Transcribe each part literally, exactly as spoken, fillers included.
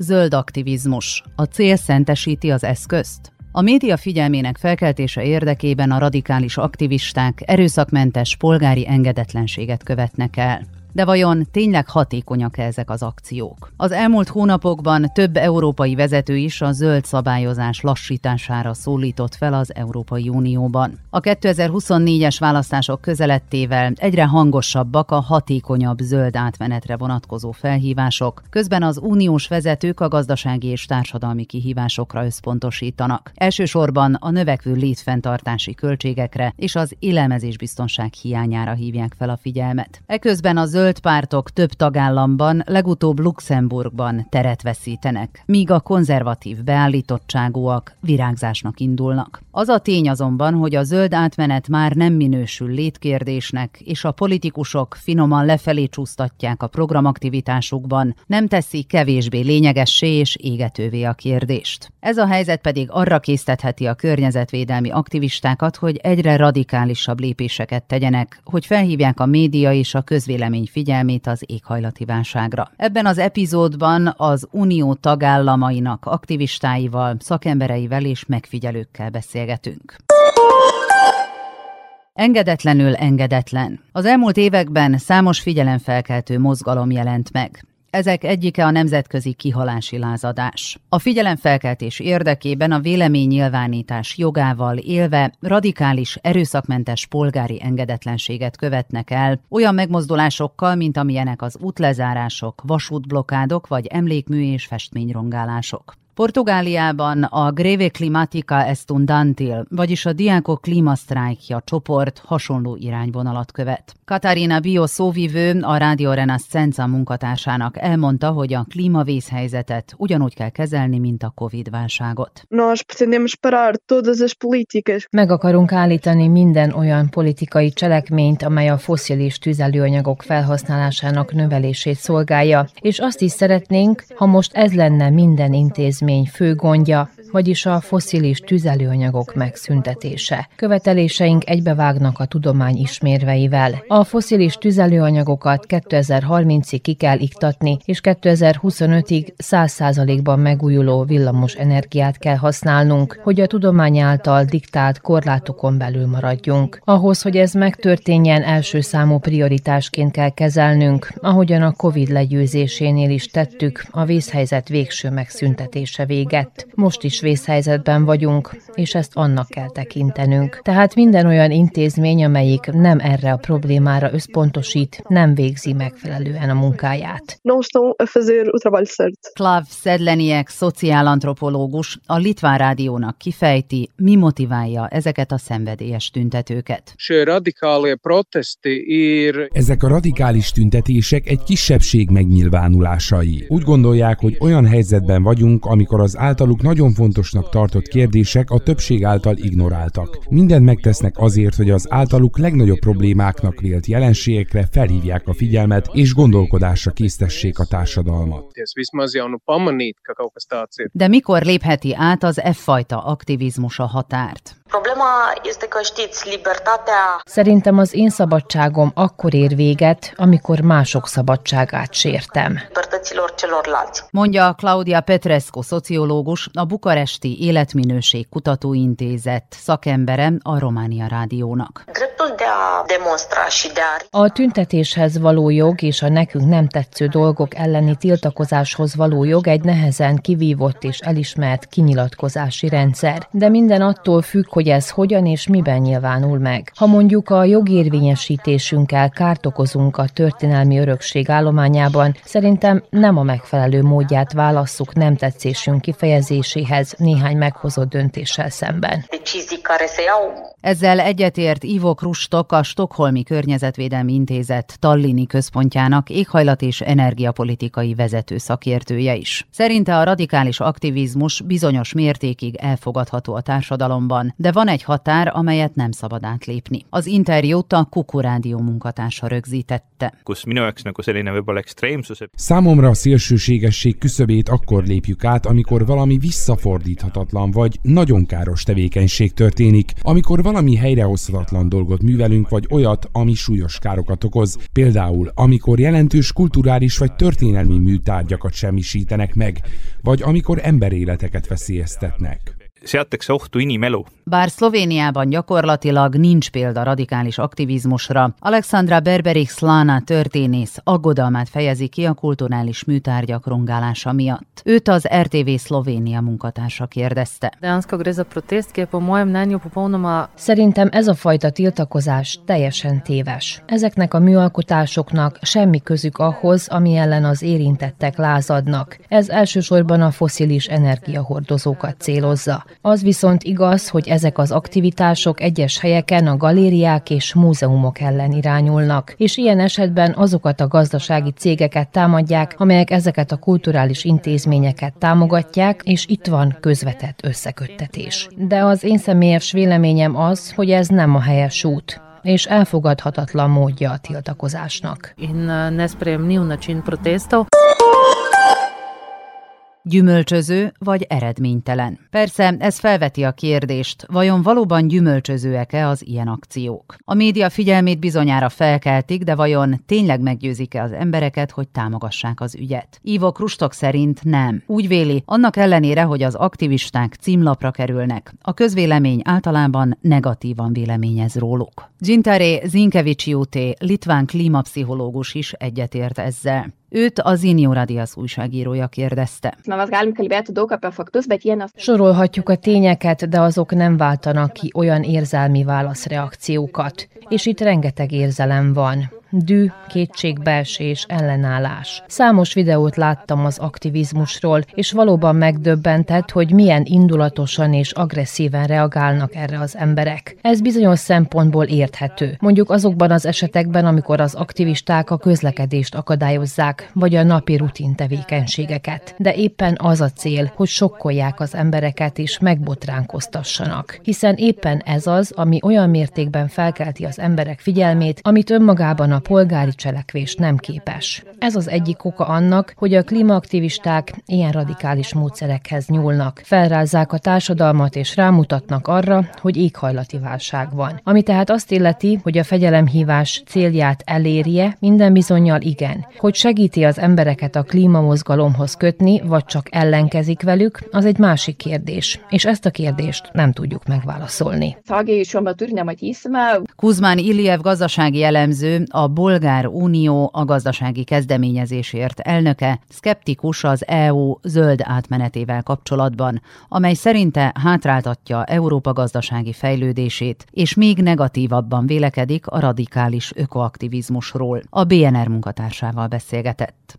Zöld aktivizmus. A cél szentesíti az eszközt? A média figyelmének felkeltése érdekében a radikális aktivisták erőszakmentes polgári engedetlenséget követnek el. De vajon tényleg hatékonyak ezek az akciók? Az elmúlt hónapokban több európai vezető is a zöld szabályozás lassítására szólított fel az Európai Unióban. A kétezer-huszonnégyes választások közeledtével egyre hangosabbak a hatékonyabb zöld átmenetre vonatkozó felhívások, közben az uniós vezetők a gazdasági és társadalmi kihívásokra összpontosítanak. Elsősorban a növekvő létfenntartási költségekre és az élelmezésbiztonság hiányára hívják fel a figyelmet. Eközben a zöld zöld pártok több tagállamban, legutóbb Luxemburgban teret veszítenek, míg a konzervatív beállítottságúak virágzásnak indulnak. Az a tény azonban, hogy a zöld átmenet már nem minősül létkérdésnek, és a politikusok finoman lefelé csúsztatják a programaktivitásukban, nem teszi kevésbé lényegessé és égetővé a kérdést. Ez a helyzet pedig arra késztetheti a környezetvédelmi aktivistákat, hogy egyre radikálisabb lépéseket tegyenek, hogy felhívják a média és a közvélemény figyelmét az éghajlati válságra. Ebben az epizódban az unió tagállamainak aktivistáival, szakembereivel és megfigyelőkkel beszélgetünk. Engedetlenül engedetlen. Az elmúlt években számos figyelemfelkeltő mozgalom jelent meg. Ezek egyike a nemzetközi kihalási lázadás. A figyelemfelkeltés érdekében a véleménynyilvánítás jogával élve radikális, erőszakmentes polgári engedetlenséget követnek el, olyan megmozdulásokkal, mint amilyenek az útlezárások, vasútblokkádok vagy emlékmű és festményrongálások. Portugáliában a Greve Climática Estudantil, vagyis a diákok klímasztrájkja csoport hasonló irányvonalat követ. Catarina Bio szóvivő, a Radio Renascença munkatársának elmondta, hogy a klímavészhelyzetet ugyanúgy kell kezelni, mint a Covid-válságot. Meg akarunk állítani minden olyan politikai cselekményt, amely a fosszilis tüzelőanyagok felhasználásának növelését szolgálja, és azt is szeretnénk, ha most ez lenne minden intézmény fő gondja, vagyis a fosszilis tüzelőanyagok megszüntetése. Követeléseink egybevágnak a tudomány ismérveivel. A fosszilis tüzelőanyagokat kétezer-harmincig ki kell iktatni, és kétezer-huszonötig száz százalékban megújuló villamos energiát kell használnunk, hogy a tudomány által diktált korlátokon belül maradjunk. Ahhoz, hogy ez megtörténjen, első számú prioritásként kell kezelnünk, ahogyan a Covid legyőzésénél is tettük, a vészhelyzet végső megszüntetése véget. Most is vészhelyzetben vagyunk, és ezt annak kell tekintenünk. Tehát minden olyan intézmény, amelyik nem erre a problémára összpontosít, nem végzi megfelelően a munkáját. Klav Sedleniek, szociálantropológus, a Litván Rádiónak kifejti, mi motiválja ezeket a szenvedélyes tüntetőket. Ezek a radikális tüntetések egy kisebbség megnyilvánulásai. Úgy gondolják, hogy olyan helyzetben vagyunk, amikor az általuk nagyon fontosnak tartott kérdések a többség által ignoráltak. Mindent megtesznek azért, hogy az általuk legnagyobb problémáknak vélt jelenségekre felhívják a figyelmet és gondolkodásra késztessék a társadalmat. De mikor lépheti át az e fajta aktivizmus a határt? Szerintem az én szabadságom akkor ér véget, amikor mások szabadságát sértem. Mondja Claudia Petrescu, szociológus, a Bukaresti Életminőség Kutatóintézet szakembere a Románia Rádiónak. A tüntetéshez való jog és a nekünk nem tetsző dolgok elleni tiltakozáshoz való jog egy nehezen kivívott és elismert kinyilatkozási rendszer, de minden attól függ, hogy ez hogyan és miben nyilvánul meg. Ha mondjuk a jogérvényesítésünkkel kárt okozunk a történelmi örökség állományában, szerintem nem a megfelelő módját válasszuk nem tetszésünk kifejezéséhez néhány meghozott döntéssel szemben. Ezzel egyetért Ivo Krustok, a Stockholmi Környezetvédelmi Intézet Tallini központjának éghajlat- és energiapolitikai vezető szakértője is. Szerinte a radikális aktivizmus bizonyos mértékig elfogadható a társadalomban, de van egy határ, amelyet nem szabad átlépni. Az interjút a Kuku Rádió munkatársa rögzítette. Számomra a szélsőségesség küszöbét akkor lépjük át, amikor valami visszafordíthatatlan vagy nagyon káros tevékenység történik, amikor valami helyrehozhatatlan dolgot működik, művelünk, vagy olyat, ami súlyos károkat okoz. Például, amikor jelentős kulturális vagy történelmi műtárgyakat semmisítenek meg, vagy amikor emberéleteket veszélyeztetnek. Seatakse ohtu inimelu. Bár Szlovéniában gyakorlatilag nincs példa radikális aktivizmusra, Alexandra Berberich-Slana történész aggodalmát fejezi ki a kulturális műtárgyak rongálása miatt. Őt az er té vé Szlovénia munkatársa kérdezte. Szerintem ez a fajta tiltakozás teljesen téves. Ezeknek a műalkotásoknak semmi közük ahhoz, ami ellen az érintettek lázadnak. Ez elsősorban a fosszilis energiahordozókat célozza. Az viszont igaz, hogy ezek az aktivitások egyes helyeken a galériák és múzeumok ellen irányulnak, és ilyen esetben azokat a gazdasági cégeket támadják, amelyek ezeket a kulturális intézményeket támogatják, és itt van közvetett összeköttetés. De az én személyes véleményem az, hogy ez nem a helyes út, és elfogadhatatlan módja a tiltakozásnak. Gyümölcsöző vagy eredménytelen? Persze, ez felveti a kérdést, vajon valóban gyümölcsözőek-e az ilyen akciók? A média figyelmét bizonyára felkeltik, de vajon tényleg meggyőzik-e az embereket, hogy támogassák az ügyet? Ivo Krustok szerint nem. Úgy véli, annak ellenére, hogy az aktivisták címlapra kerülnek, a közvélemény általában negatívan véleményez róluk. Dzsintare Zinkevičiūtė, litván klímapszichológus is egyetért ezzel. Őt az Inio Radias újságírója kérdezte. Sorolhatjuk a tényeket, de azok nem váltanak ki olyan érzelmi válaszreakciókat. És itt rengeteg érzelem van. Dű, kétségbeesés, ellenállás. Számos videót láttam az aktivizmusról, és valóban megdöbbentett, hogy milyen indulatosan és agresszíven reagálnak erre az emberek. Ez bizonyos szempontból érthető. Mondjuk azokban az esetekben, amikor az aktivisták a közlekedést akadályozzák, vagy a napi rutin tevékenységeket. De éppen az a cél, hogy sokkolják az embereket és megbotránkoztassanak. Hiszen éppen ez az, ami olyan mértékben felkelti az emberek figyelmét, amit önmagában a polgári cselekvés nem képes. Ez az egyik oka annak, hogy a klímaaktivisták ilyen radikális módszerekhez nyúlnak. Felrázzák a társadalmat és rámutatnak arra, hogy éghajlati válság van. Ami tehát azt illeti, hogy a fegyelemhívás célját elérje, minden bizonnyal igen. Hogy segíti az embereket a klímamozgalomhoz kötni, vagy csak ellenkezik velük, az egy másik kérdés. És ezt a kérdést nem tudjuk megválaszolni. Kuzmán Iliev gazdasági elemző, a Bolgár Unió a gazdasági kezdeményezésért elnöke, szkeptikus az é u zöld átmenetével kapcsolatban, amely szerinte hátráltatja Európa gazdasági fejlődését, és még negatívabban vélekedik a radikális ökoaktivizmusról. A bé en er munkatársával beszélgetett.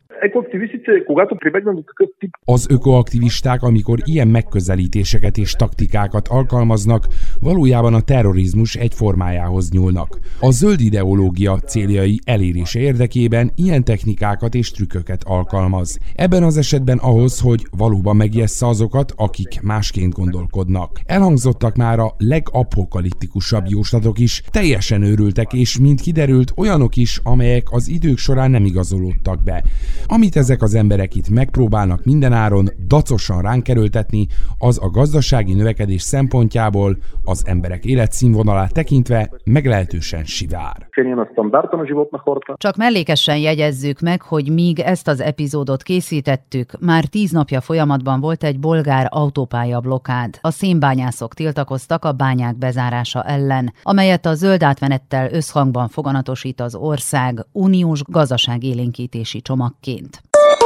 Az ökoaktivisták, amikor ilyen megközelítéseket és taktikákat alkalmaznak, valójában a terrorizmus egy formájához nyúlnak. A zöld ideológia céljai elérése érdekében ilyen technikákat és trükköket alkalmaz. Ebben az esetben ahhoz, hogy valóban megijessze azokat, akik másként gondolkodnak. Elhangzottak már a legapokaliptikusabb jóslatok is, teljesen őrültek, és mint kiderült, olyanok is, amelyek az idők során nem igazolódtak be. Amit ezek az emberek itt megpróbálnak mindenáron dacosan ránk erőltetni, az a gazdasági növekedés szempontjából, az emberek életszínvonalát tekintve meglehetősen sivár. Csak mellékesen jegyezzük meg, hogy míg ezt az epizódot készítettük, már tíz napja folyamatban volt egy bolgár autópálya blokkád. A szénbányászok tiltakoztak a bányák bezárása ellen, amelyet a zöld átmenettel összhangban foganatosít az ország uniós gazdaságélénkítési csomagként.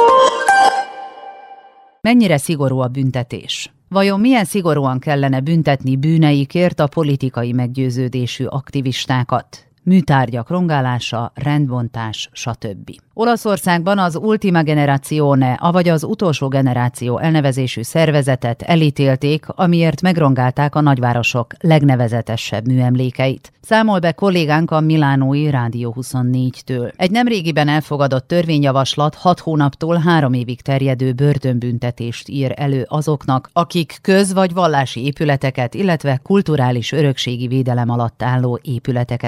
Mennyire szigorú a büntetés? Vajon milyen szigorúan kellene büntetni bűneikért a politikai meggyőződésű aktivistákat? Műtárgyak rongálása, rendbontás, stb. Olaszországban az Ultima Generazione, avagy az utolsó generáció elnevezésű szervezetet elítélték, amiért megrongálták a nagyvárosok legnevezetesebb műemlékeit. Számol be kollégánk a milánói Rádió huszonnégytől. Egy nemrégiben elfogadott törvényjavaslat hat hónaptól három évig terjedő börtönbüntetést ír elő azoknak, akik köz- vagy vallási épületeket, illetve kulturális örökségi védelem alatt álló épületeket rongálnak.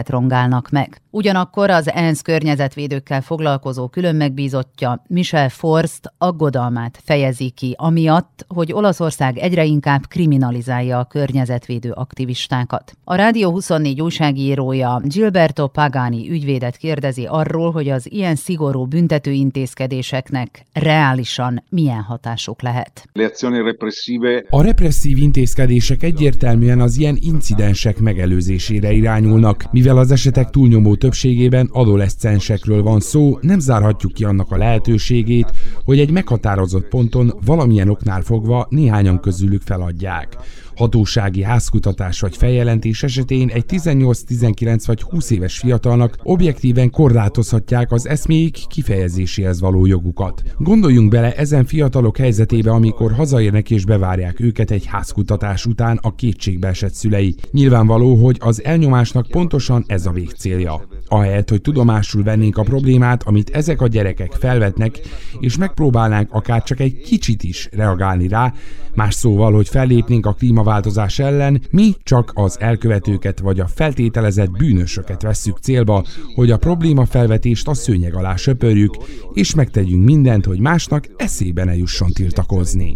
próbálnak meg. Ugyanakkor az ENSZ környezetvédőkkel foglalkozó külön megbízottja Michel Forst aggodalmát fejezi ki amiatt, hogy Olaszország egyre inkább kriminalizálja a környezetvédő aktivistákat. A Rádió huszonnégy újságírója Gilberto Pagani ügyvédet kérdezi arról, hogy az ilyen szigorú büntető intézkedéseknek reálisan milyen hatásuk lehet. A represszív intézkedések egyértelműen az ilyen incidensek megelőzésére irányulnak, mivel az esetek túlnyomó többségében adoleszcensekről van szó, nem zárhatjuk ki annak a lehetőségét, hogy egy meghatározott ponton valamilyen oknál fogva néhányan közülük feladják. Hatósági házkutatás vagy feljelentés esetén egy tizennyolc, tizenkilenc vagy húsz éves fiatalnak objektíven korlátozhatják az eszméik kifejezéséhez való jogukat. Gondoljunk bele ezen fiatalok helyzetébe, amikor hazaérnek és bevárják őket egy házkutatás után a kétségbe esett szülei. Nyilvánvaló, hogy az elnyomásnak pontosan ez a végcélja. Ahelyett, hogy tudomásul vennénk a problémát, amit ezek a gyerekek felvetnek, és megpróbálnánk akár csak egy kicsit is reagálni rá, más szóval, hogy fellépnénk a klímaváltozás ellen, mi csak az elkövetőket vagy a feltételezett bűnösöket vesszük célba, hogy a probléma felvetést a szőnyeg alá söpörjük, és megtegyünk mindent, hogy másnak eszébe ne jusson tiltakozni.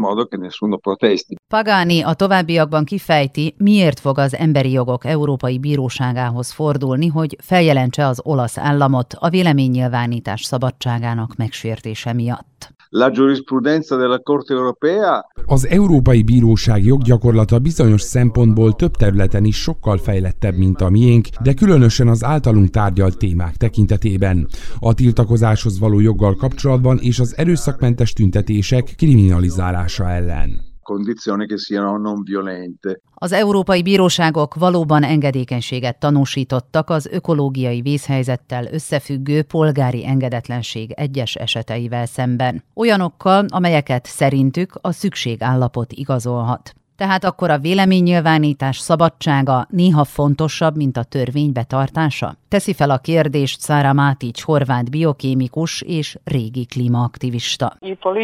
Pagani a továbbiakban kifejti, miért fog az Emberi Jogok Európai Bíróságához fordulni, hogy feljelentse az olasz államot a véleménynyilvánítás szabadságának megsértése miatt. La giurisprudenza della Corte Europea. Az Európai Bíróság joggyakorlata bizonyos szempontból több területen is sokkal fejlettebb, mint a miénk, de különösen az általunk tárgyalt témák tekintetében. A tiltakozáshoz való joggal kapcsolatban és az erőszakmentes tüntetések kriminalizálása ellen. Az európai bíróságok valóban engedékenységet tanúsítottak az ökológiai vészhelyzettel összefüggő polgári engedetlenség egyes eseteivel szemben. Olyanokkal, amelyeket szerintük a szükségállapot igazolhat. Tehát akkor a véleménynyilvánítás szabadsága néha fontosabb, mint a törvény betartása? Teszi fel a kérdést Szára Mátics horvát biokémikus és régi klímaaktivista.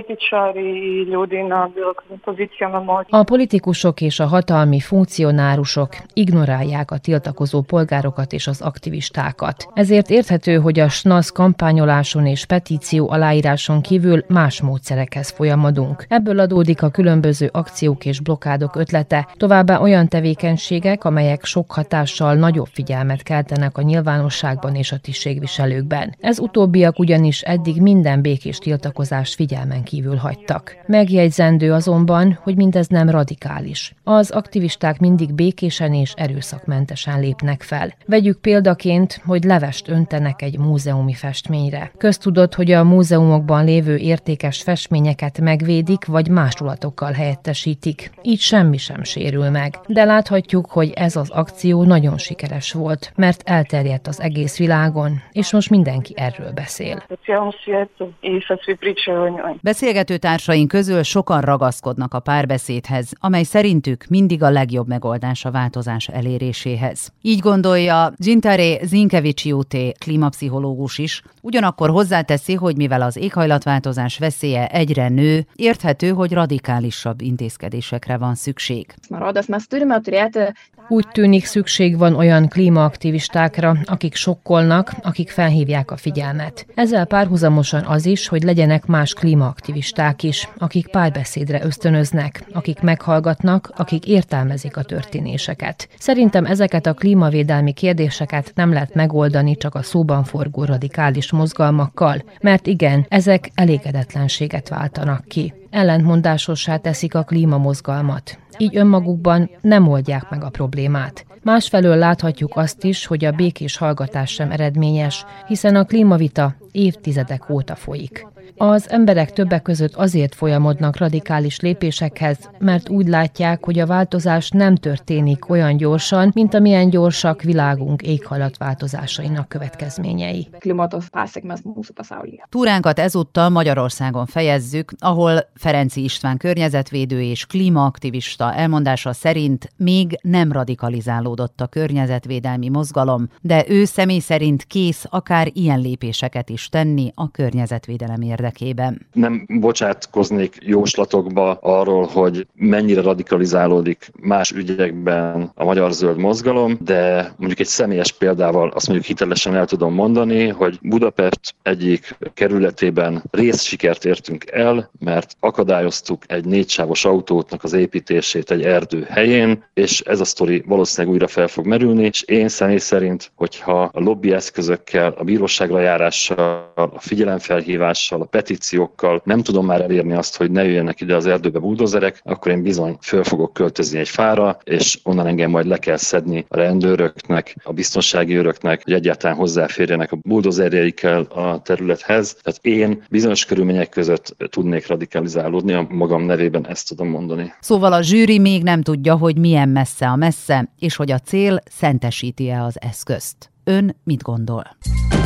A politikusok és a hatalmi funkcionárusok ignorálják a tiltakozó polgárokat és az aktivistákat. Ezért érthető, hogy a es en á szé kampányoláson és petíció aláíráson kívül más módszerekhez folyamodunk. Ebből adódik a különböző akciók és blokádok ötlete, továbbá olyan tevékenységek, amelyek sok hatással nagyobb figyelmet keltenek a nyilvánosságban és a tisztségviselőkben. Ez utóbbiak ugyanis eddig minden békés tiltakozást figyelmen kívül hagytak. Megjegyzendő azonban, hogy mindez nem radikális. Az aktivisták mindig békésen és erőszakmentesen lépnek fel. Vegyük példaként, hogy levest öntenek egy múzeumi festményre. Köztudott, hogy a múzeumokban lévő értékes festményeket megvédik, vagy másolatokkal helyettesítik. Így semmi sem sérül meg. De láthatjuk, hogy ez az akció nagyon sikeres volt, mert elterjedt az egész világon, és most mindenki erről beszél. Beszélgető társaink közül sokan ragaszkodnak a párbeszédhez, amely szerintük mindig a legjobb megoldás a változás eléréséhez. Így gondolja Gintare Zinkevičiūtė, klímapszichológus is, ugyanakkor hozzáteszi, hogy mivel az éghajlatváltozás veszélye egyre nő, érthető, hogy radikálisabb intézkedésekre van szükség. Úgy tűnik, szükség van olyan klímaaktivistákra, akik sokkolnak, akik felhívják a figyelmet. Ezzel párhuzamosan az is, hogy legyenek más klímaaktivisták is, akik párbeszédre ösztönöznek, akik meghallgatnak, akik értelmezik a történéseket. Szerintem ezeket a klímavédelmi kérdéseket nem lehet megoldani csak a szóban forgó radikális mozgalmakkal, mert igen, ezek elégedetlenséget váltanak ki. Ellentmondásossá teszik a klímamozgalmat. Így önmagukban nem oldják meg a problémát. Másfelől láthatjuk azt is, hogy a békés hallgatás sem eredményes, hiszen a klímavita évtizedek óta folyik. Az emberek többek között azért folyamodnak radikális lépésekhez, mert úgy látják, hogy a változás nem történik olyan gyorsan, mint amilyen gyorsak világunk éghajlatváltozásainak következményei. Túránkat ezúttal Magyarországon fejezzük, ahol Ferenczy István környezetvédő és klímaaktivista elmondása szerint még nem radikalizálódott a környezetvédelmi mozgalom, de ő személy szerint kész akár ilyen lépéseket is lépést tenni a környezetvédelem érdekében. Nem bocsátkoznék jóslatokba arról, hogy mennyire radikalizálódik más ügyekben a Magyar Zöld Mozgalom, de mondjuk egy személyes példával azt mondjuk hitelesen el tudom mondani, hogy Budapest egyik kerületében részsikert értünk el, mert akadályoztuk egy négysávos autóútnak az építését egy erdő helyén, és ez a sztori valószínűleg újra fel fog merülni, és én személy szerint, hogyha a lobby eszközökkel, a bíróságra járással, a figyelemfelhívással, a petíciókkal nem tudom már elérni azt, hogy ne jöjjenek ide az erdőbe buldozerek, akkor én bizony föl fogok költözni egy fára, és onnan engem majd le kell szedni a rendőröknek, a biztonsági őröknek, hogy egyáltalán hozzáférjenek a buldozerjeikkel a területhez. Tehát én bizonyos körülmények között tudnék radikalizálódni, a magam nevében ezt tudom mondani. Szóval a zsűri még nem tudja, hogy milyen messze a messze, és hogy a cél szentesíti-e az eszközt. Ön mit gondol?